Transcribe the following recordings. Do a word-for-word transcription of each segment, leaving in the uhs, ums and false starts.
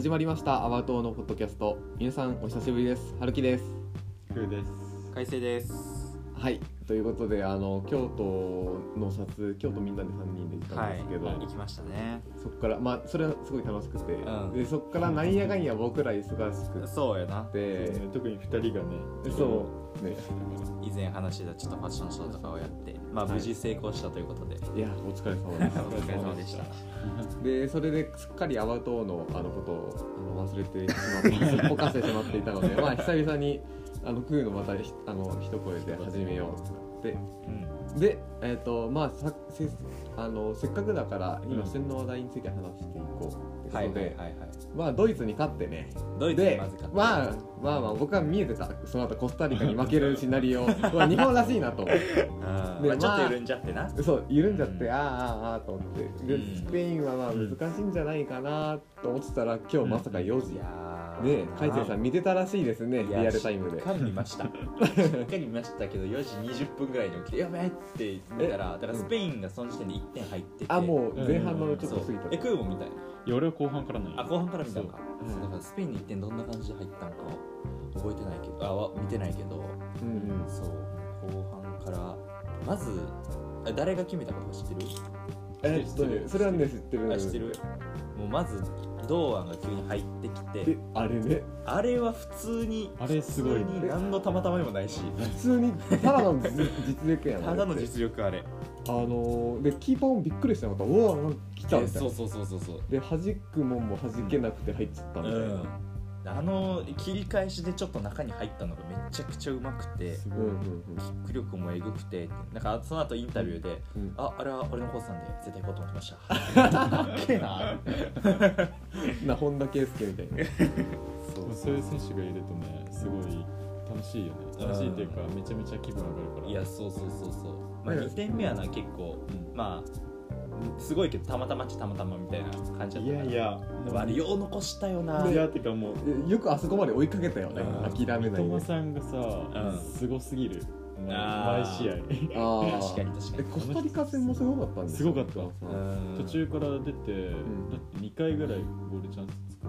始まりましたアバウトのポッドキャスト。皆さんお久しぶりです。はるきです。 ふうです。 海星です。 はい、ということであの京都の撮影、京都みんなでさんにんで行ったんですけど、 はい、行きましたね。 そこからまあそれはすごい楽しくて、 うん、 でそこからなんやかんや僕ら忙しくて、 そうやな。 で、 ね、特にふたりがね、 そうね、 以前話してたちょっとファッションショーとかをやって、まあ無事成功したということで、はい、 いやお疲れ様でした。 お疲れ様でした。 でそれですっかりアバウトのあのことをあの忘れてしまってすっぽかしてしまっていたので、まあ久々にあのクーのまたあの一声で始めようってなって、うん、でえっ、ー、とまあさせあのせっかくだから今旬の話題について話していこうってことで、はいはいはいはい、まあドイツに勝ってね、 ドイツにまず勝って、 まあまあまあ僕は見えてた、その後コスタリカに負けるシナリオは日本らしいなと思ってで、 まあ、ちょっと緩んじゃってな、 そう緩んじゃって、うん、あああああと思ってで、うん、スペインはまあ難しいんじゃないかなと思ってたら今日まさかよじ、うん、いやね、海星さん見てたらしいですね、リアルタイムで。 しっかり見ましたしっかり見ましたけどよじにじゅっぷんぐらいに起きてやべえって見たら、だからスペインがその時点でいってん入ってて、 あ、もう前半のちょっと過ぎた、うん、 え、クーも見たい。 いや俺は後半からない。 あ、後半から見たのか。そうだからスペインのいってんどんな感じで入ったのか覚えてないけど、あ、見てないけど、うんうん、そう後半からまず誰が決めたことか知ってる？ えっとね、それはね知ってる。 あ、知ってる。もうまず堂安が急に入ってきて、 え、あれね、 あれは普通にあれすごい、 普通に何のたまたまでもないし、 普通にただの実力やな。 ただの実力あれ。 あのー、でキーパーもびっくりしたのが、おお来たみたいな。 そうそうそうそうそう。で弾くもんも弾けなくて入っちゃったみたいな。うん、 あの切り返しでちょっと中に入ったのがめちゃくちゃうまくて、 うんうんうん、 キック力もえぐくて、なんかその後インタビューで、うん、あ、あれは俺のコースなんで絶対行こうと思ってましたかっけえなな、本田圭佑みたいなそうそういう選手がいるとね、すごい楽しいよね。楽しいっていうか、めちゃめちゃ気分上がるから。 いや、そうそうそうそう、まあ、にてんめはな結構、うん、まあすごいけどたまたまっちゃたまたまみたいな感じだったから。いやいや、あれよう残したよな。 いや、てかもうよくあそこまで追いかけたよね、うん、諦めないで。 三笘さんがさ、うん、すごすぎる。毎試合。 あ、確かに確かに。 コスタリカ戦もすごかったんですすごかった。途中から出て、うん、だってにかいぐらいゴールチャンス作って。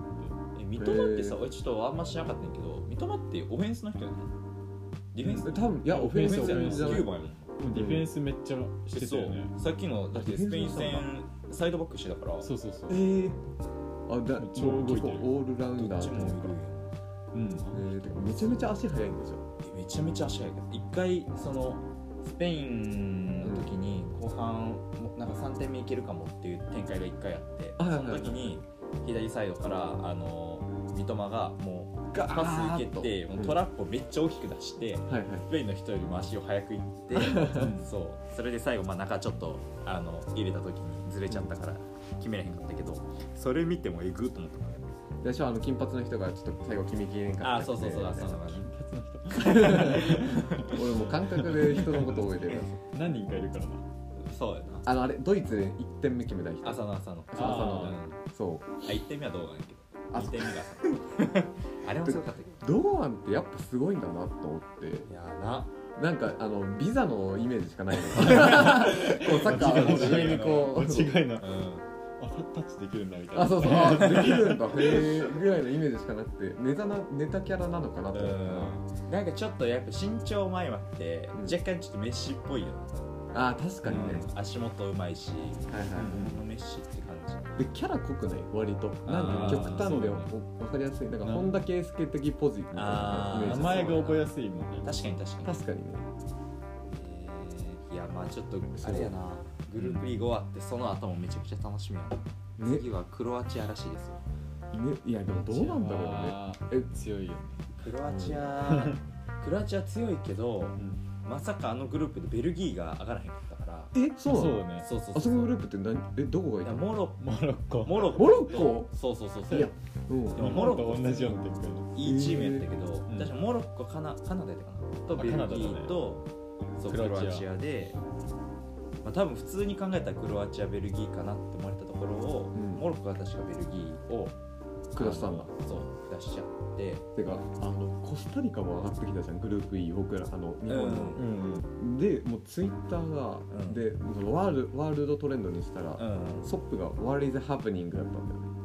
え、三笘ってさ、俺ちょっとあんま知らなかったんだけど、三笘ってオフェンスの人やね。ディフェンス？ 多分いやオフェンスやね。 きゅうばんやもん。 ディフェンスめっちゃしてたよね。 さっきのだってスペイン戦サイドバックしてたから。 そうそうそう。 えー、あ、だ超動いてる。 オールラウンダー。 どっちもいる。 うん。えー、めちゃめちゃ足速いんですよ。 めちゃめちゃ足速い。一回そのスペインの時に後半なんかさんてんめいけるかもっていう展開が一回あって、その時に左サイドからあの三笘がもうパス受けて、もうトラップをめっちゃ大きく出して、うん、スペインの人よりも足を速くいって、そう、それで最後まあ中ちょっとあの入れた時にずれちゃったから決めれへんかったけど、それ見てもえぐっと思った。 でしょ、あの金髪の人がちょっと最後決めきれんかった。 あ、そうそうそう、あ、そうなの。 金髪の人。俺もう感覚で人のこと覚えてる。 何人かいるからな。 そうやな。 あのあれドイツでいってんめ決めた人。 浅野浅野。 浅野。そう。 あ、いってんめはどうなんやけど。にてんめがあれもすごかったけど、堂安ってやっぱすごいんだなと思って。 いやな、 なんかあのビザのイメージしかないのかこうサッカーの上にこう間違いな、うん、あ、タッチできるんだみたいな。 あ、そうそう、あ、できるんだへーぐらいのイメージしかなくて、ネタなネタキャラなのかなと思ったな。なんかちょっとやっぱ身長も相まって、うん、若干ちょっとメッシっぽいよね。 あ、確かにね、 うん、足元うまいし、はいはい、うん、メッシって感じで、キャラ濃くない割となんか極端で分かりやすい、なんか本田圭佑的ポジみたいな名前が覚えやすいもんね。 確かに確かに確かにね、 えー、いや、まあちょっとあれやな、グループリーグ終わってその後もめちゃくちゃ楽しみやな、ね、次はクロアチアらしいですよ、 ね、いやでもどうなんだろうね。 え、強いよねクロアチア、うん、クロアチア強いけど、うん、まさかあのグループでベルギーが上がらへんかったから。 え、そうなの？ そうだね。 そうそうそう。 あそこのグループって何？え、どこがいたの？ モロモロッコ。 モロッコ。 モロッコ？ そうそうそうそう。 いや、うん。 でもモロッコ同じような展開。 いいチームやったけど、うん、確かモロッコカナカナダやったかなとベルギーと、ね、そうクロアチアで、まあ多分普通に考えたらクロアチアベルギーかなって思われたところを、うん、モロッコが確かベルギーを下したんだ。 そう下しちゃって。 てかあのコスタリカも上がってきたじゃん、グループ E、僕らあの日本の、うんうん、でもうツイッターが、うん、でそのワールワールドトレンドにしたら、うん、ソップが What is happening だったんだよね。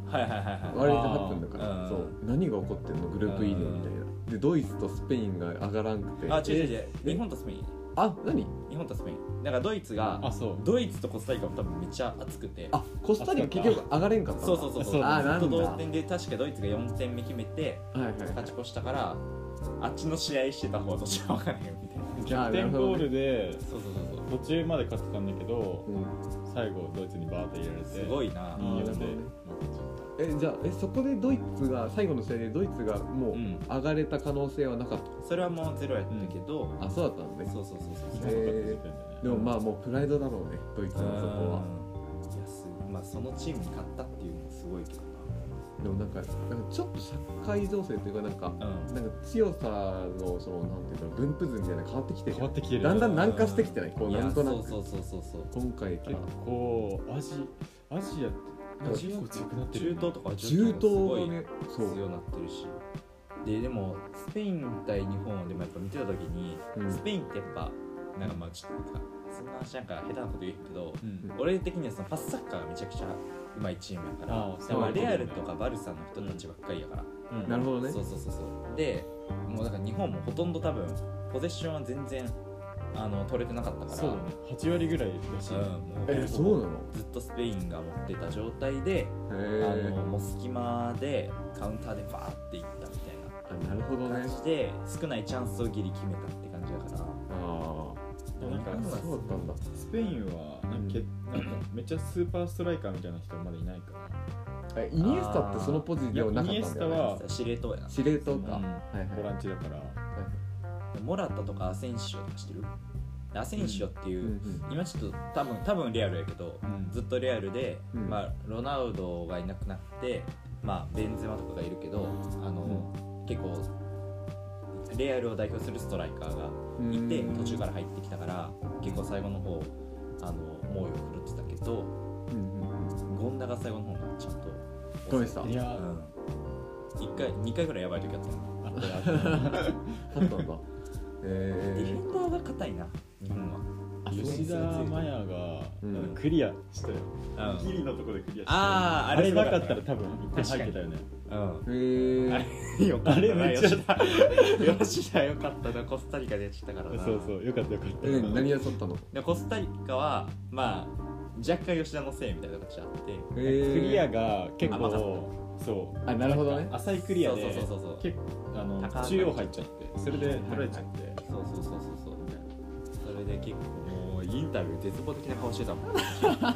はいはいはいはい割とはっぷんだからあーそう何が起こってんのグループ E でみたいなでドイツとスペインが上がらんくてあ違う違う違うえ日本とスペインあ何日本とスペインだからドイツがあそうドイツとコスタリカも多分めっちゃ熱くてあコスタリカ結局上がれんかったんだそうそうそうそうあずっとなんだ同点で確かドイツがよんてんめ決めてはいはい勝ち越したからあっちの試合してた方がどっちか分からへんみたいな逆転ゴールでそうそうそうそう途中まで勝ってたんだけどうん最後ドイツにバーって入れられてすごいなによんで負けちゃっえじゃあえそこでドイツが最後の試合でドイツがもううん上がれた可能性はなかった、 それはもうゼロやったけど、 あそうだったのねそうそうそうそうたそうへーでもまあもうプライドだろうねドイツのそこはうんいやすまあそのチームに勝ったっていうのもすごいけどでもなんかなんかちょっと社会情勢というかなんかなうんなんか強さのそのなんていうの分布図みたいなの変わってきてる変わってきてるだんだん軟化してきてないこういやなんとなくそうそうそうそうそう今回から結構アジアジアって結構強くなってる中東とか中東すごいがねそう強くなってるしででもスペイン対日本でもやっぱ見てた時に、 うんスペインってやっぱなんかまあちょっとなんかそんな話なんか下手なこと言うけど、 うん俺的にはそのパスサッカーがめちゃくちゃうまいチームやからああでもまあそういうことねレアルとかバルサの人たちばっかりやから、 うんなるほどねそうそうそうそうでもうだから日本もほとんど多分ポゼッションは全然あの取れてなかったからそうだねはち割ぐらいらしい、 うん、もうえそうなのずっとスペインが持ってた状態で、 へあえのもう隙間でカウンターでバーっていったみたいあなるほどねな感じで少ないチャンスをギリ決めたって感じだからあでもなんかあそうだったんだスペインはなんか,、なんかめっちゃスーパーストライカーみたいな人はまだいないからえイニエスタってそのポジションなかったんだよイニエスタはね司令塔やな司令塔か、 うんはいはいボランチだから、 モラタとかアセンシオとか知ってるアセンシオっていう、 うんうん今ちょっと多分多分レアルやけど、 うんずっとレアルで、 うんまあ、ロナウドがいなくなって、まあ、ベンゼマとかがいるけどあの、結構レアルを代表するストライカーがいてうん途中から入ってきたから結構最後の方あの猛威を振るってたけどうんうんうんゴンダが最後の方がちゃんとどうでしたいやうん、いっかいにかいぐらいやばい時あったよあったあったあったんだディフえェンダーが硬いな日本は吉田麻也が、 うんクリアしたよ、 うんギリのところでクリアしたあーあれなあれすごかっかったたら多分いってん入ってたよねうんー、へえよかったなあれめっちゃ吉田吉田よかったなコスタリカでやってたからなそうそうよかったよかったえ何やっとったのでコスタリカはまあ若干吉田のせいみたいな形あってクへリアが結あまさか構そうあなるほどね浅いクリアでそうそうそうそう結構あの高い中央入っちゃってそれで取られちゃってそうそうそうそうそうそれで結構もうインタビュー絶望的な顔してたもんでもへさ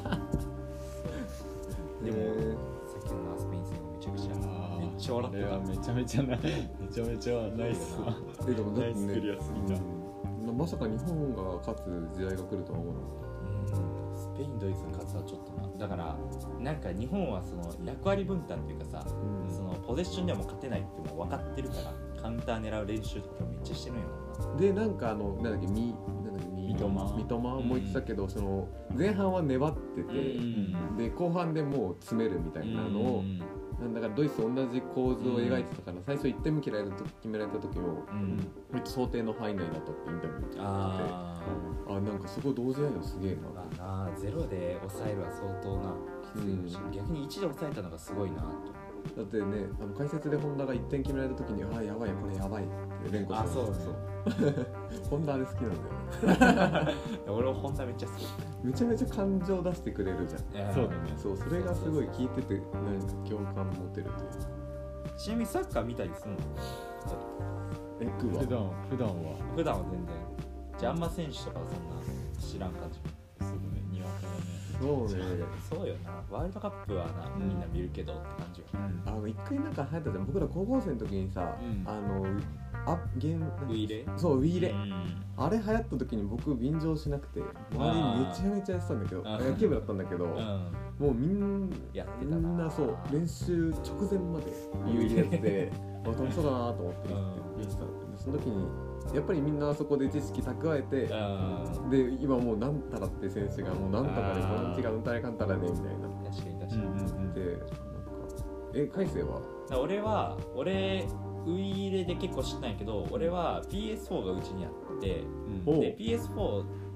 っきのスペイン戦もめちゃくちゃめっちゃ笑ってたあれはめちゃめちゃなめちゃめちゃナイスなーえでもだナイスってねクリアすぎたうんまさか日本が勝つ時代が来るとは思ううんスペインドイツに勝つはちょっとなだからなんか日本はその役割分担っていうかさ、 うんそのポゼッションではもう勝てないってもう分かってるからカウンター狙う練習とかめっちゃしてるんやろなでなんかあのなんだっけみなんだっけみ三笘三笘も言ってたけど、その前半は粘ってて、で後半でもう詰めるみたいなのを、なんだからドイツと同じ構図を描いてたから、最初いってんめ決められた時決められた時も、 うんめっちゃ想定の範囲内だったってインタビューで言っててああなんかすごい同時代のすげえなーまあなゼロで抑えるは相当なきついし、 うん逆にいちで抑えたのがすごいなとだってねあの解説で本田がいってん決められた時にあやばいこれやばいって連呼してあそうね本田あれ好きなんだよ俺も本田めっちゃ好きめちゃめちゃ感情出してくれるじゃんそうだねそうそれがすごい聞いててなんか共感持てるというちなみにサッカー見たりすんのえクーは普段普段は普段は全然じゃああんま選手とかはそんな知らん感じそうだねにわかだねそうねそうよなワールドカップはな、 うんみんな見るけどって感じよあの一回なんか流行ったじゃん僕ら高校生の時にさ、 うんあのあゲームウィーレそうウィーレ、 うんあれ流行った時に僕便乗しなくて周りにめちゃめちゃやってたんだけどあー野球部だったんだけど、 うんもうみんやってみたなんなそう練習直前まで有意やっててあ楽しそうだなと思ってうん見てたんだけどその時にやっぱりみんなあそこで知識蓄えてうんで今もうなんたらって選手がもうなんとかであーこの違ううんたらかんたらねみたいな確かに確かに、 うんうんでなんかえ海星はだから俺は俺ウイイレで結構知ったんやけど俺は ピーエスフォー がうちにあってうんおうで ピーエスフォー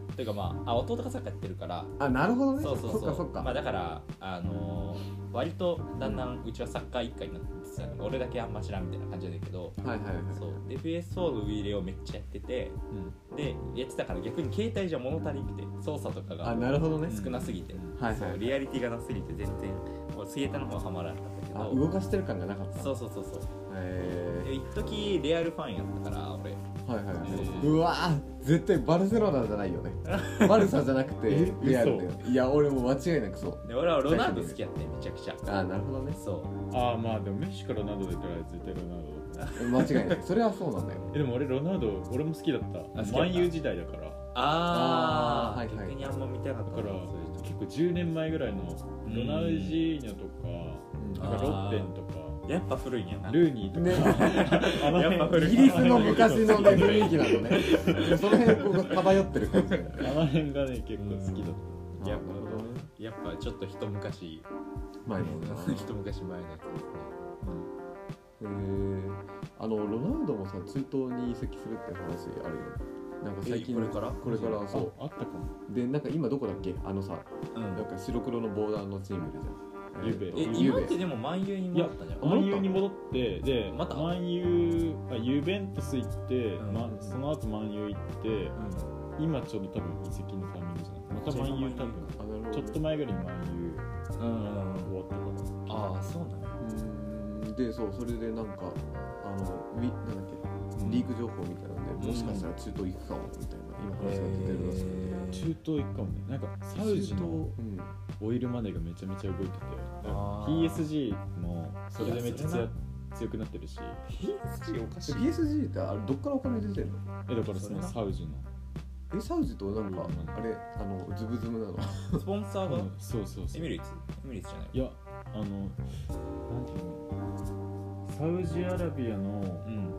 ていうかまああ弟がサッカーやってるからあなるほどねそうそうそうそっかそっか、 まあ、だからあのー、割とだんだんうちはサッカー一家になっててさ俺だけあんま知らんみたいな感じだけどはいはいはいそうで ピーエスフォー のウィーレをめっちゃやってて、うん、でやってたから逆に携帯じゃ物足りなくて操作とかがあなるほどね少なすぎて、 うんはいはいはい、 そうリアリティがなすぎて全然杉田の方はハマらなかったけどあ動かしてる感がなかったそうそうそうそうへで一時レアルファンやったから俺はいはいはい、 えー、 うわー絶対バルセロナじゃないよねバルサじゃなくてリアルだよいや俺も間違いなくそうで俺はロナウド好きやってめちゃくちゃあなるほどねそうああまあでもメッシからロナウド出たら絶対ロナウドだった間違いないそれはそうなんだよえでも俺ロナウド俺も好きだったマンユー時代だからあーあーはいはい逆にあんま見たかっただから結構じゅうねんまえぐらいのロナウジーニョとか、 うんなんかロッペンとかやっぱ古いんやなルーニーとか、 ねあのやっぱ古いイギリスの昔の、ね、雰囲気なのねその辺こう漂ってる感じあの辺がね結構好きだっやっなるほどねぱやっぱちょっと一昔前のね一昔前のやつですねへーあのロナウドもさ中東に移籍するって話あるよなんか最近えこれからこれからそうああったかもでなんか今どこだっけあのさうんなんか白黒のボーダーのチームいるじゃんゆうべえゆうべ今ってでも万有に戻ったんじゃんマンユーに戻ってでまたマンユーあユベントス行って、 うんま、その後マンユー行って今ちょうど多分移籍のタイミングじゃないまたマンユー多分あなるほどちょっと前ぐらいにマンユーうんうん終わったからああそうなんやうーんでそうそれでなんかあのウィなんだっけリーク情報みたいなのでもしかしたら中東行くかもみたいな今話が出てるらしくて中東行くかもねなんかサウジのうんオイルマネーがめちゃめちゃ動いててあーピーエスジー もそれでめっちゃいやそれな強強くなってるしピーエスジー おかしいピーエスジー ってあれどっからお金出てんのえだからそのサウジのえサウジとなんかあれあのズブズブなのスポンサーがうんそうそうそうエミレイツエミレイツじゃないいやあのなんていうのサウジアラビアのうん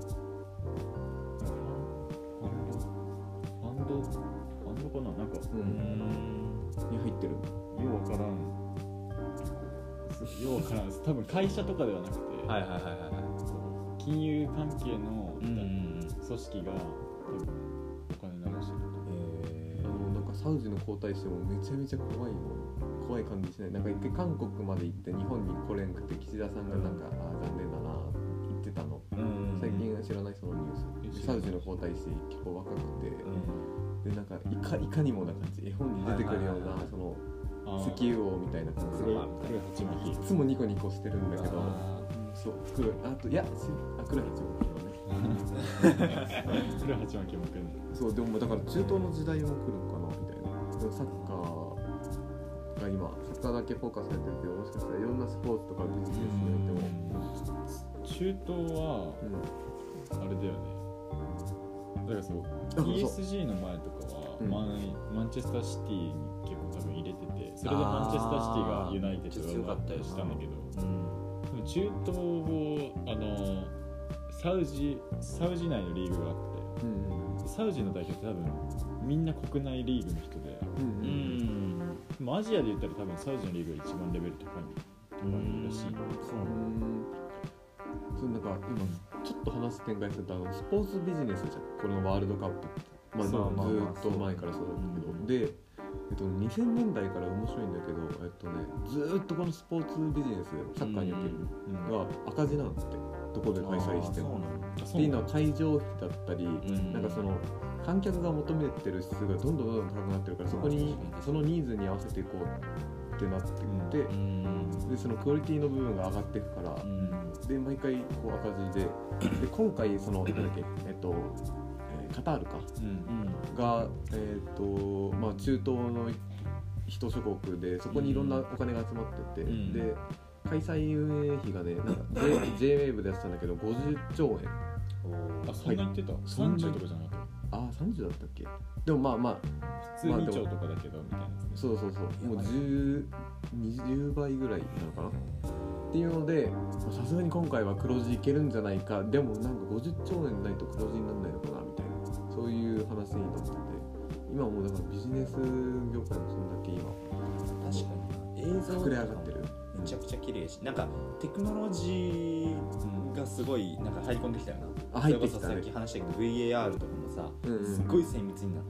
ファンドファンドファンドかななんかううんんに入ってるようわからんようわからん多分会社とかではなくて、 はいはいはいはいはいこう金融関係のうんうんうん組織が多分お金流してるえあのなんかサウジの皇太子もめちゃめちゃ怖いの怖い感じしないなんか一回韓国まで行って日本に来れんくて岸田さんがなんか、ああ残念だな言ってたのうん最近知らないそのニュースサウジの皇太子結構若くて、でなんかいかいかにもな感じ絵本に出てくるような、 はいはいはいはいそのあー石油王みたいな感じ黒いで黒い鉢巻いきつもニコニコしてるんだけどあそう黒いあといやしあ黒い鉢巻きね黒い鉢巻きもくんそうでもだから中東の時代も来るのかなみたいなでもサッカーが今サッカーだけフォーカスされてるけどもしかしたらいろんなスポーツとかビジネスにおいても中東はうんあれだよねだからそうあピーエスジー の前とかは、 うんマンマンチェスターシティに結構多分入れててそれでマンチェスターシティがユナイテッド強かったよなしたんだけどうんでも中東をあのサウジサウジ内のリーグがあってうんうんサウジの代表って多分みんな国内リーグの人でうんううんんでもアジアで言ったら多分サウジのリーグが一番レベル高い高いらしいそうそうなんか今ちょっと話す展開するとあのスポーツビジネスじゃんこのワールドカップってまあ、ずそうまあまあーっと前からそうだったけど、で、えっと、にせんねんだいから面白いんだけど、えっとね、ずーっとこのスポーツビジネスサッカーにおけるうんが赤字なんだってどこで開催しても。 あっていうのは会場費だったり、 んなんかその観客が求めてる質がどんどんどんどん高くなってるからそこにそのニーズに合わせていこうってなってきて、 うんでそのクオリティの部分が上がっていくから、 うんで毎回こう赤字でで今回そのなんだっけえっと、えーカタールかうんがえっとまあ中東の一諸国でそこにいろんなお金が集まってて、 うんで開催運営費がねなんか J ウェーブでやってたんだけどごじゅっちょうえんあそんな言ってた、 そんなさんじゅうとかじゃなかっああさんじゅうだったっけでもまあまあた普通にちょうとかだけどみたいなやつねそうそうそうもうじゅう、にじゅうばいぐらいなのかなっていうのでさすがに今回は黒字いけるんじゃないかでもなんかごじゅっちょうえんないと黒字にならないのかなみたいなそういう話になってて今はもうだからビジネス業界もそんだけ今確かに映像膨れ上がってるめちゃくちゃ綺麗しなんかテクノロジーがすごいなんか入り込んできたよな。 あ入ってきたねそれこそさっき話したけど ブイエーアール とかもさ、 うんうんすっごい精密になったよ。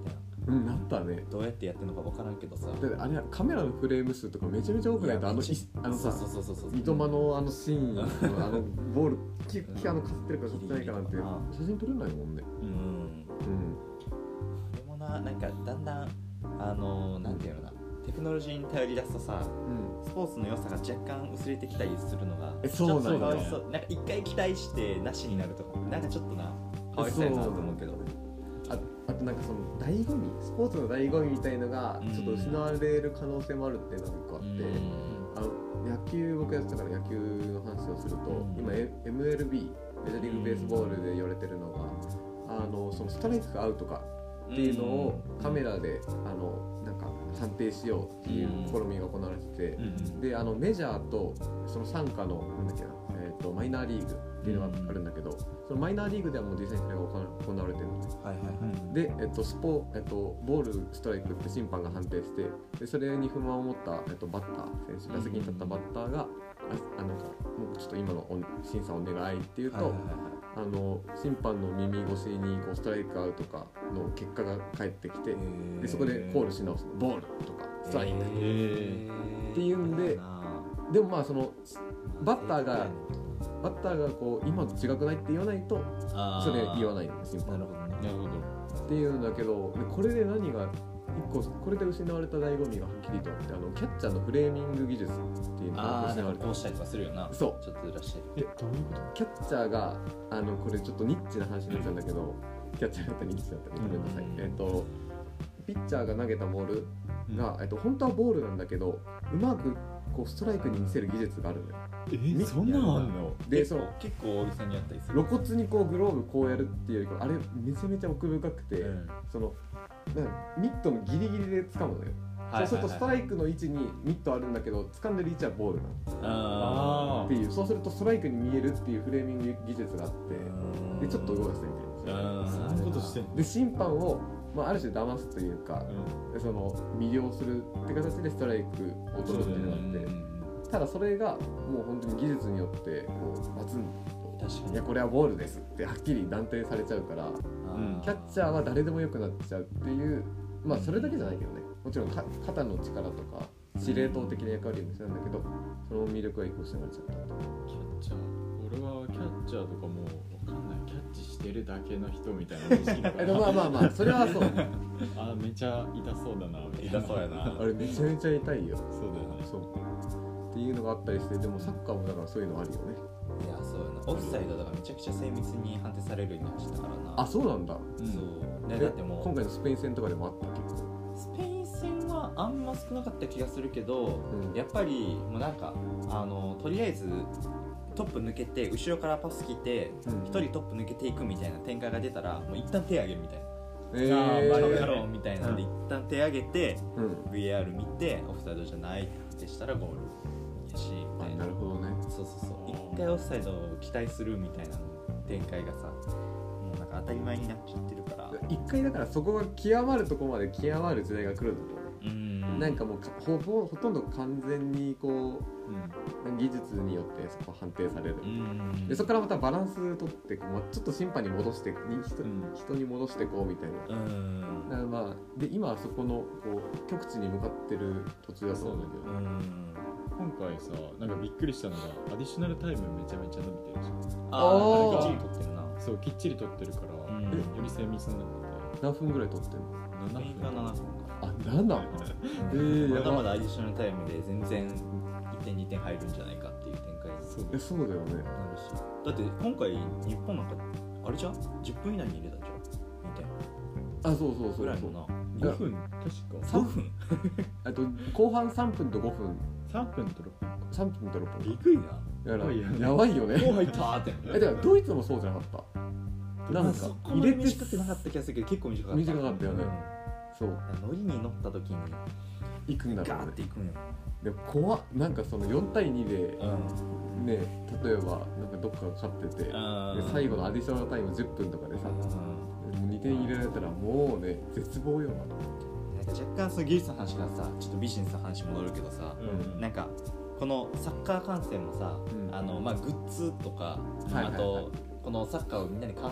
うんなったね。 どうやってやってるのか分からんけどさ、 だってあれカメラのフレーム数とかめちゃめちゃ多くないとあのいあのさそうそうそうそう三笘のあのシーンのあのボールキュッキュあのかすってるかかすってないかなんてギリギリかな写真撮れないもんね。 うんうんでもな、なんかだんだんあのなんていうのな、テクノロジーに頼り出すとさ、 うんスポーツの良さが若干薄れてきたりするのがえそうなんだよちょっとかわいそう。なんか一回期待してなしになるとか、なんかちょっとなかわいそうやなと思うけど、 あ, あとなんかその醍醐味スポーツの醍醐味みたいのがちょっと失われる可能性もあるっていうのが一個あって、あの野球僕やってたから野球の話をすると、 うん今 エムエルビー メジャーリーグベースボールで言われてるのが、あのそのストライクかアウトかっていうのをカメラであのなんか判定しようっていう試みが行われてて、 うんであのメジャーとその傘下のなんだっけな、えー、とマイナーリーグっていうのがあるんだけど、そのマイナーリーグではもう実際にそれが行われてるのね。 はいはいはい、 で、えっとスポえっと、ボールストライクって審判が判定して、でそれに不満を持った、えっと、バッター選手打席に立ったバッターが、ああなんかもうちょっと今のお審査お願いっていうと、 はいはいはいあの審判の耳越しにこうストライクアウトかの結果が返ってきて、でそこでコールし直すのボールとかストライクっていうんで、でもまあそのバッターがバッターがこう今と違くないって言わないとそれ言わないの審判。 なるほどね。 なるほど。 っていうんだけど、でこれで何が一個これで失われた醍醐味がはっきりとあって、あのキャッチャーのフレーミング技術っていうのがああ、 失われた。 なんかこうしたりとかするよな。 そうちょっとずらして。 え、どういうこと？ キャッチャーがあのこれちょっとニッチな話になっちゃうんだけど、キャッチャーだったらニッチだったらごめんなさい。 うんえっとピッチャーが投げたボールが、えっと本当はボールなんだけど、うまくこうストライクに見せる技術があるのよ。 え、そんなんあんの？ でその結構大げさにやったりする。 露骨にこうグローブこうやるっていうよりか、あれめちゃめちゃ奥深くて、 うんそのなんかミットのギリギリで掴むのよ。 はいはいはいはい、 そうするとストライクの位置にミットあるんだけど、掴んでる位置はボールなのあっていう、そうするとストライクに見えるっていうフレーミング技術があって、 ーでちょっと動かしてみたいな。 うんそんなことしてんの？ で審判を、まあ、ある種騙すというか、 うんでその魅了するって形でストライクを取るっていうのがあって、ただそれがもう本当に技術によってこうバツンと、 確かにいやこれはボールですってはっきり断定されちゃうから、 うんキャッチャーは誰でも良くなっちゃうっていう、まあそれだけじゃないけどね、もちろんか肩の力とか司令塔的な役割も必要なんだけど、その魅力が一個失われちゃった。 キャッチャー、俺はキャッチャーとかもうわかんない、キャッチしてるだけの人みたいなのしかえでもまあまあまあそれはそうあ、めちゃ痛そうだなみたいな。 痛そうやな。 あれめちゃめちゃ痛いよ。 そうだよね。 そうっていうのがあったりして、でもサッカーもだからそういうのあるよね。 いや、そうやな。オフサイドだからめちゃくちゃ精密に判定されるようになっちゃったからな。 あ、そうなんだ。 うんそう。ね、 えだってもう今回のスペイン戦とかでもあった結構。 スペイン戦はあんま少なかった気がするけど、 うんやっぱりもうなんかあのとりあえずトップ抜けて後ろからパス来てうん一、人トップ抜けていくみたいな展開が出たらもう一旦手挙げるみたいな、 えじゃあーバカ野郎みたいなんで、一旦手挙げてうんブイエーアール 見てオフサイドじゃないって判定したらゴールやしみあたいな。 なるほどね。 そうそうそう、一回オフサイドを期待するみたいな展開がさ、もうなんか当たり前になっちゃってるから。 一回だからそこが極まるところまで極まる時代が来るんだろうね。 うんなんかもうかほぼほとんど完全にこうんう技術によってそこ判定される。 うんでそこからまたバランス取ってこう、まあちょっと審判に戻してに人,、 うん人に戻してこうみたいな。 うんだからまあで今はそこのこう極地に向かってる途中だと思うんだけど、 うん今回さ、なんかびっくりしたのがアディショナルタイムめちゃめちゃ伸びてるじゃん。 ああーあ、きっちり取ってるな。 そう、きっちり撮ってるから、 うんより精密になって何分ぐらい取ってんの？ てアメリカななふんか。 あ、なな？えー、 まだまやば。 だアディショナルタイムで全然いってんにてん入るんじゃないかっていう展開にそういやそうだよね。 なるし、だって今回日本なんかあれじゃんじゅっぷん以内に入れたんじゃんにてんあ、そうそうそうそう。 ぐらいのなごふん、確かさんぷんあと後半さんぷんとごふん、 さんぷんとろっぷんか。 さんぷんとろっぷん。 えぐいな。 だからやばいよねやばいよね。 もう入ったーってえ、だからドイツもそうじゃなかった。なんかそこまで短くなかった気がするけど結構短かった。 短かったよねそううんノリに乗った時に行くんだろガーうね。 っていくんよ。 でも怖っ。なんかそのよんたいにでうんね、例えばなんかどっかが勝ってて、で最後のアディショナルタイムじゅっぷんとかでさ、もうにてん入れられたらもうね絶望よ。 なんか若干その技術の話からさ、ちょっとビジネスの話戻るけどさ、 うんなんかこのサッカー観戦もさ、 うんあのまあグッズとか、 はいはいはいあとこのサッカーをみんなに観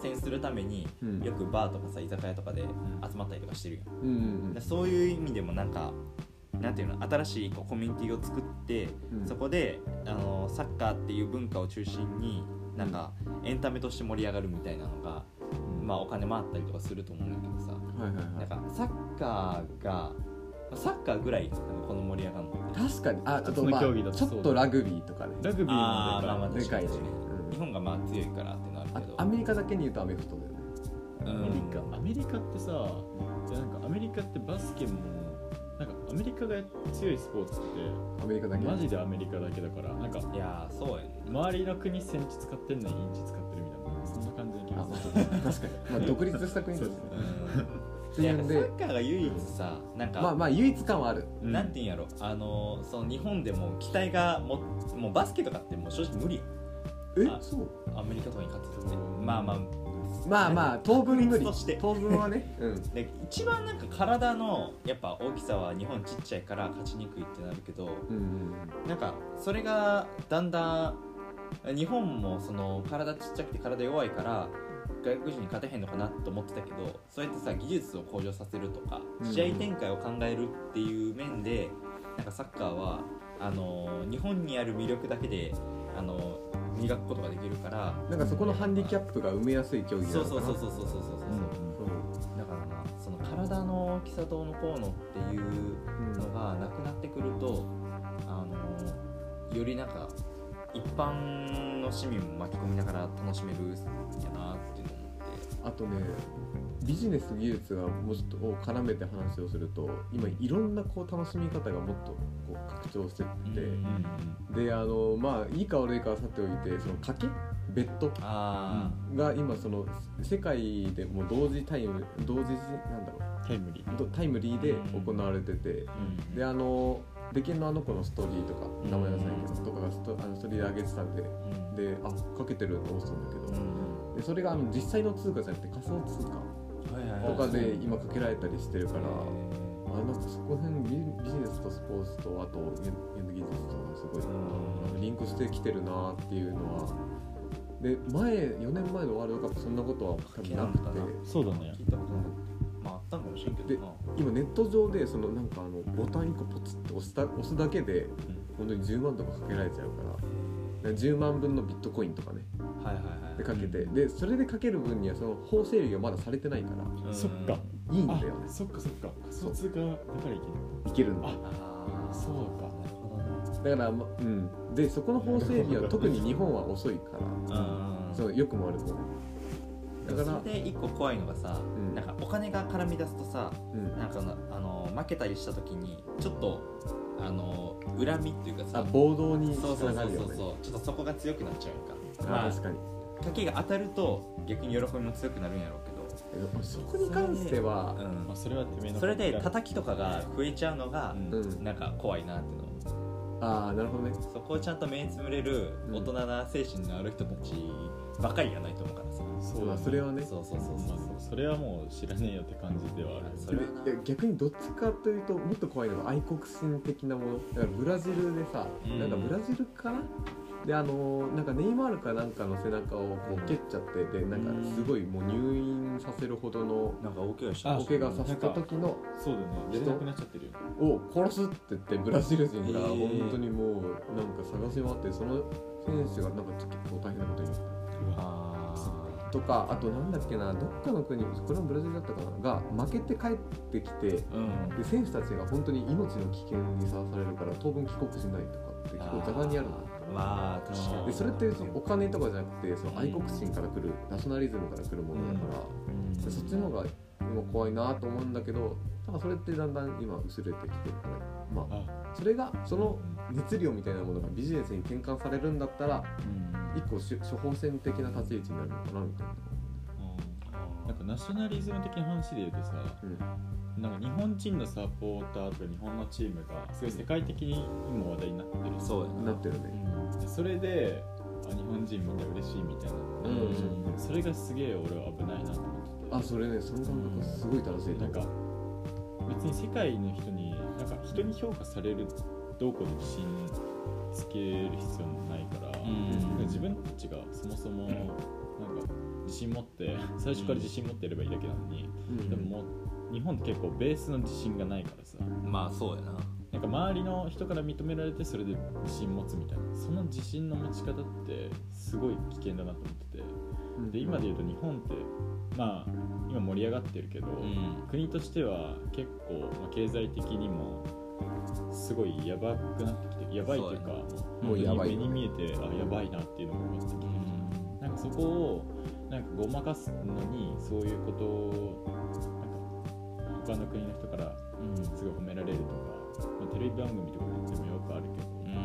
戦するために、 うんよくバーとかさ居酒屋とかで集まったりとかしてるやん、 うんうんでそういう意味でもなんかなんていうの新しいこうコミュニティを作って、 うんそこであのサッカーっていう文化を中心になんかエンタメとして盛り上がるみたいなのが、まあお金回ったりとかすると思うんだけどさ、 はいはいはいなんかサッカーがサッカーぐらいなんかこの盛り上がるのって確かにあちょっと一つのまあ競技だとちょっとラグビーとかねラグビーもあーまあまあでかいしね、 日本がまあ強いからってなるあけどアメリカだけに言うとアメフトだよね。 うんアメリカアメリカってさ、いやなんかアメリカってバスケもなんかアメリカが強いスポーツってアメリカだけマジでアメリカだけだからなんかいやーそうやね周りの国センチ使ってんのにインチ使ってるみたいなそんな感じの気あがする。 確かに、まあ、独立した国ですねっていうんでいやサッカーが唯一さなんか、 まあまあ唯一感はある。 うんなんていうんやろあのーその日本でも期待がももうバスケとかってもう正直無理やんあえそうアメリカとかに勝つってまあまあまあまあ当分無理として当分はねうんで一番なんか体のやっぱ大きさは日本ちっちゃいから勝ちにくいってなるけどうんうんなんかそれがだんだん日本もその体ちっちゃくて体弱いから外国人に勝てへんのかなと思ってたけどそうやってさ技術を向上させるとかうん試合展開を考えるっていう面でなんかサッカーはあの日本にある魅力だけであの磨くことができるからなんかそこのハンディキャップが埋めやすい競技なそうのかな。 そうそうそうそうそうそうそうそうだからなその体の大きさどうのこうのっていうのがなくなってくるとあのよりなんか一般の市民も巻き込みながら楽しめるんやなっていうのを思ってあとねビジネス技術がもうちょっとを絡めて話をすると今いろんなこう楽しみ方がもっとこう拡張してって、 うんであのまあいいか悪いかはさておいてその賭けベットあが今その世界でも同時タイム同時なんだろタイムリー。 うどタイムリーで行われてて、 あ、うん、 であの出禁のあの子のストーリーとか名前出さないけどとかがストあのストーリーで上げてたんでうんであかけてると思ってたんだけど、 うんでそれがあの実際の通貨じゃなくて仮想通貨はいはいはいとかで今かけられたりしてるから、 へあなんかそこら辺ビビジネスとスポーツとあと技術とすごいうんリンクしてきてるなっていうのはで前よねんまえのワールドカップそんなことは多分なくてそうだね聞いたことないまああったんかもしれんけどな今ネット上でそのなんかあのボタンいっこポチッと押した押すだけで本当にじゅうまんとかかけられちゃうからじゅうまんぶんのビットコインとかねはいはいはいでかけてでそれでかける分にはその法整備がまだされてないからうんそっかあいいんだよねそっかそっか仮想通貨だからいけいけるんだああーそうかなるほどねだから、まうん、でそこの法整備は特に日本は遅いからうんそう良くも悪くもねだからそれで一個怖いのがさ、 うんなんかお金が絡み出すとさうんなんかあの負けたりした時にちょっとあの恨みっていうかあさ暴動につそうそうながるよねそうそうそうちょっとそこが強くなっちゃうかあまあ確かに賭けが当たると逆に喜びも強くなるんやろうけえそこに関してはど、 まあそれはてめえのそれで叩きとかが増えちゃうのが、 うんうんなんか怖いなっていうのああなるほどねそこをちゃんと目につむれる大人な精神のある人たちばかりやないと思うからさそうだねまあそれはねそうそうそうまそうあそれはもう知らねえよって感じではあるそれはないや逆にどっちかというともっと怖いのが愛国心的なものだからブラジルでさ、 うんなんかブラジルかなであのなんかネイマールかなんかの背中をこう蹴っちゃってでなんかすごいもう入院させるほどのなんか大怪我しあ大怪我させた時のそうだね出れなくなっちゃってるよを殺すって言ってブラジル人がえー本当にもうなんか探し回ってその選手がなんか結構大変なことになったあとかあとなんだっけなどっかの国これもブラジルだったかなが負けて帰ってきてーうんで選手たちが本当に命の危険にさらされるから当分帰国しないとかって結構ざらにあるのまあ確かにでそれってそのお金とかじゃなくてその愛国心から来るナショナリズムから来るものだから、 うんでそっちの方が今怖いなと思うんだけどただそれってだんだん今薄れてきてるからまああそれがその熱量みたいなものがビジネスに転換されるんだったら一個し処方箋的な立ち位置になるのかなみたいな。 なんかナショナリズム的な話で言うとさうんなんか日本人のサポーターとか日本のチームがすごい世界的に今話題になってるそうやななってるね。 でそれであ日本人みんな嬉しいみたいな、 うんそれがすげえ俺は危ないなと思っててあそれねその感覚すごい正しいと思うなんか別に世界の人になんか人に評価されるどうこうで自信つける必要もないから、 うん自分たちがそもそもなんか自信持って最初から自信持ってればいいだけなのに、 うん、 でももう日本って結構ベースの自信がないからさ、 まあそうやな、 なんか周りの人から認められてそれで自信持つみたいな、その自信の持ち方ってすごい危険だなと思ってて、で今で言うと日本ってまあ今盛り上がってるけど、うん、国としては結構、まあ、経済的にもすごいやばくなってきて、やばいというかもうやばい、目に見えてあやばいなっていうのが分かってきてるじゃん、うん、なんかそこをなんかごまかすのにそういうことをなんか他の国の人からすごい褒められるとか、まあ、テレビ番組とかでもよくあるけど、うん、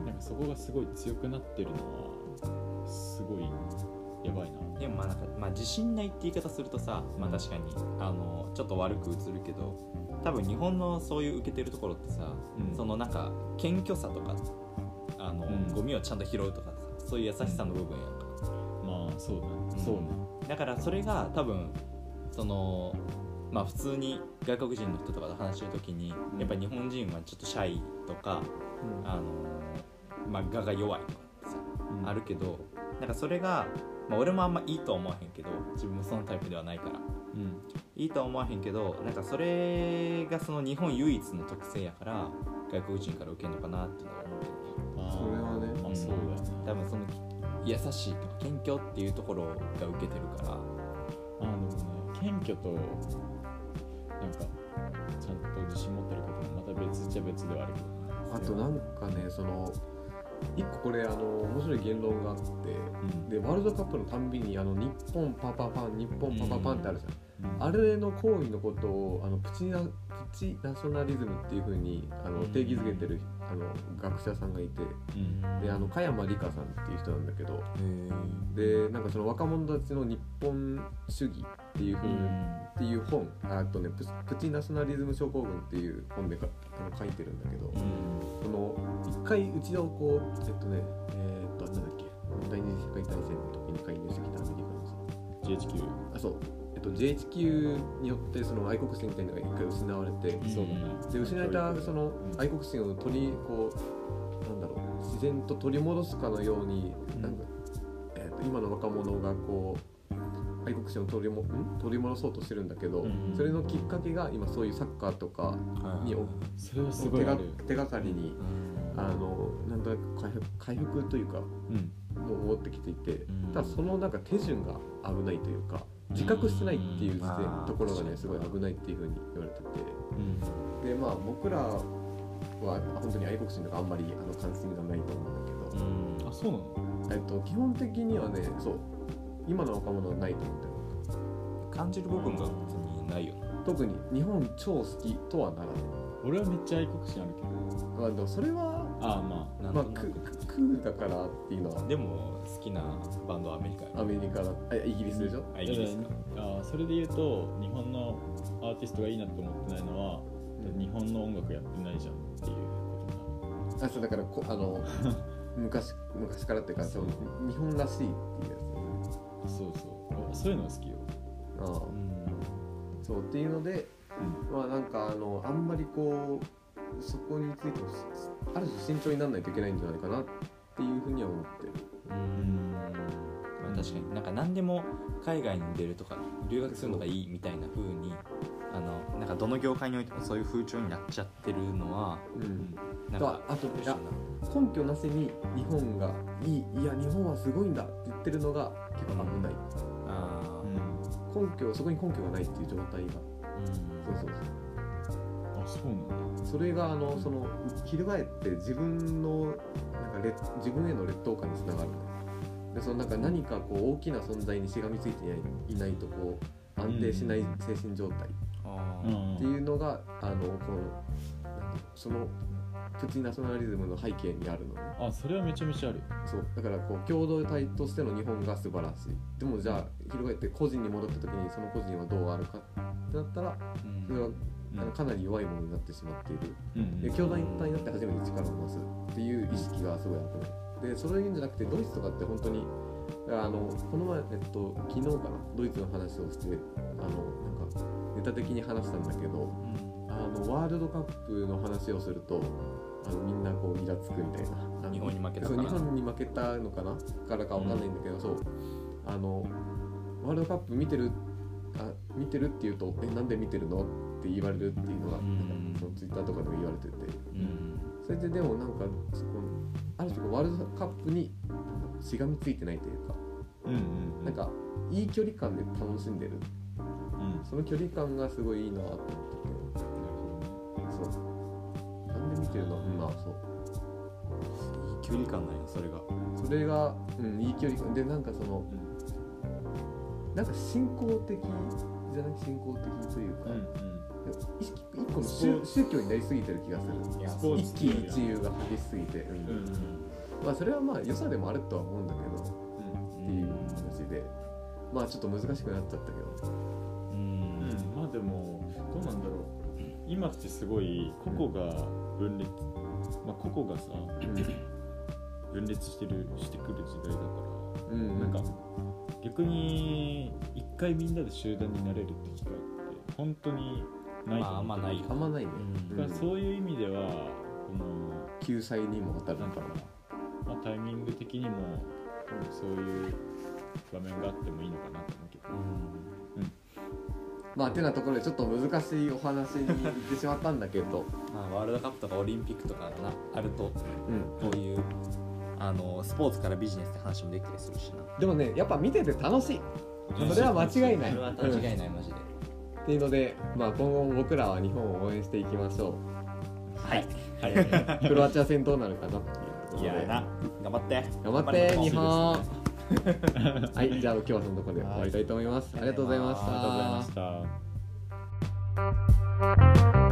なんかそこがすごい強くなってるのはすごいやばいな。 でもまあなんか、まあ、自信ないって言い方するとさ、まあ確かにあのちょっと悪く映るけど、多分日本のそういう受けてるところってさ、うん、そのなんか謙虚さとかあの、うん、ゴミをちゃんと拾うとかさ、そういう優しさの部分やんか、 うん、まあそうだ、うん、そうね。だからそれが多分そのまあ普通に外国人の人とかと話してるときに、うん、やっぱり日本人はちょっとシャイとか、うん、あのまあ我が弱いとかってさ、うん、あるけど、なんかそれがまあ、俺もあんまいいとは思わへんけど、自分もそのタイプではないから、うん、いいとは思わへんけど、なんかそれがその日本唯一の特性やから外国人から受けるのかなっていうのは思ってる。 あそれはね、 まあ、そうだよね。 多分その優しいとか謙虚っていうところが受けてるから。あでもね、謙虚となんかちゃんと自信持ってることもまた別っちゃ別ではあるけど、 あとなんかね、その一個これあの面白い言論があって、うん、でワールドカップのたんびにあの日本パパパン日本パパパンってあるじゃん、うん、あれの行為のことをあのプチナプチナショナリズムっていう風にあの定義づけてるあの学者さんがいて、うん、であの加山里香さんっていう人なんだけど、でなんかその若者たちの日本主義っていう風に、うん、っていう本、あとね プ, プチナショナリズム症候群っていう本でかあの書いてるんだけど、うん、その一回うちのこうえっとねえー、っとなんだっけ第二次世界大戦の時に介入してきたアメリカのさジェイエイチキューあそうえっと ジェイエイチキュー によってその愛国心みたいなのが一回失われて、うん、そうだね、で失われたその愛国心を取りこうなんだろう自然と取り戻すかのように、うん、なんか、えー、っと今の若者がこう愛国心を取り, もん取り戻そうとしてるんだけど、うん、それのきっかけが今そういうサッカーとかに、うん、 それはすごい手が手がかりに、うん、あのなんとなく回復、回復というか、うん、を持ってきていて、うん、ただそのなんか手順が危ないというか自覚してないっていう時点、うん、ところがねすごい危ないっていう風に言われてて、うん、でまあ僕らは本当に愛国心とかあんまりあの関心がないと思うんだけど、 うん、あそうなの？ えっと基本的にはねそう今の若者はないと思ってる。 感じる部分が別にないよね。 特に日本超好きとはならない。 俺はめっちゃ愛国心あるけど。 あでもそれはああまあまあクーだからっていうのは。 でも好きなバンドはアメリカ。 アメリカだ。あイギリスでしょ？ あイギリスか。 あそれで言うと日本のアーティストがいいなって思ってないのは、うん、日本の音楽やってないじゃんっていうことなの。 あそうだからこあの昔昔からっていうかそう日本らしいっていうやつ。そうそうそういうのが好きよ。 ああ、うん、そうっていうので、うん、まあなんかあのあんまりこうそこについてある種慎重にならないといけないんじゃないかなっていうふうには思ってる。 うーん、まあ、確かになんか何でも海外に出るとか留学するのがいいみたいな風にあのなんかどの業界においてもそういう風潮になっちゃってるのは、うん、なんかあといや根拠なしに日本がいいいや日本はすごいんだって言ってるのが結構危ない。うんあ根拠そこに根拠がないっていう状態が、うん、そうそうそうあそうなんだ。 それがあのその翻って自分のなんか劣自分への劣等感につながるね。でそのなんか何かこう大きな存在にしがみついていない、いないとこう安定しない精神状態っていうのが、うん、あのこのなんそのプチナショナリズムの背景にあるのね。 あ、それはめちゃめちゃある。 そうだからこう共同体としての日本が素晴らしい。でもじゃあ翻って個人に戻った時にその個人はどうあるかってなったら、うん、それはあのかなり弱いものになってしまっている。うん、で共同体になって初めて力を増すっていう意識がすごい危ない。でそれを言うんじゃなくてドイツとかって本当にあのこの前えっと昨日かなドイツの話をしてあのなんかネタ的に話したんだけど、うん、あのワールドカップの話をすると。あのみんなこうイラつくみたいな。 日本に負けたかな。そう日本に負けたのかなからかわかんないんだけど、うん、そうあのワールドカップ見てるあ見てるって言うとえなんで見てるのって言われるっていうのが、うん、なんかそのツイッターとかでも言われてて、うん、それででもなんかそこある種ワールドカップにしがみついてないというか、うんうんうん、なんかいい距離感で楽しんでる、うん、その距離感がすごいいいなと思ってて、そうなんで見てるの、うん、まあそういい距離感なんやそれがそれが、うん、いい距離感でなんかその、うん、なんか信仰的じゃない信仰的というか、うんうん、意識一個の 宗, 宗教になりすぎてる気がする。一喜一憂が激しすぎて、うんうんうん、まあそれはまあ良さでもあるとは思うんだけど、うん、っていう話でまあちょっと難しくなっちゃったけど、 うん、うん、まあでもどうなんだろう今ってすごい個々が分裂、まあ、個々がさ、うん、分裂してるしてくる時代だから、うん、なんか逆に一回みんなで集団になれるって機会って本当にないと思う。 まああんまないあんまないね、 うん、だからそういう意味ではこの救済にも当たるのかな、 まあ、タイミング的にもそういう場面があってもいいのかなと思うけど、うんうん、 まあてなところでちょっと難しいお話に行ってしまったんだけどまあワールドカップとかオリンピックとかがなあると、うん、こういうあのスポーツからビジネスって話もできたりするしな。 でもねやっぱ見てて楽しい、それは間違いない、 それは間違いない、うん、マジでっていうので、まあ、今後も僕らは日本を応援していきましょう。 はい、 はい、クロアチア戦どうなるかなっていうところで、 いやな頑張って頑張って日本はい、じゃあ今日はそのところで終わりたいと思います。ありがとうございました。 ありがとうございました。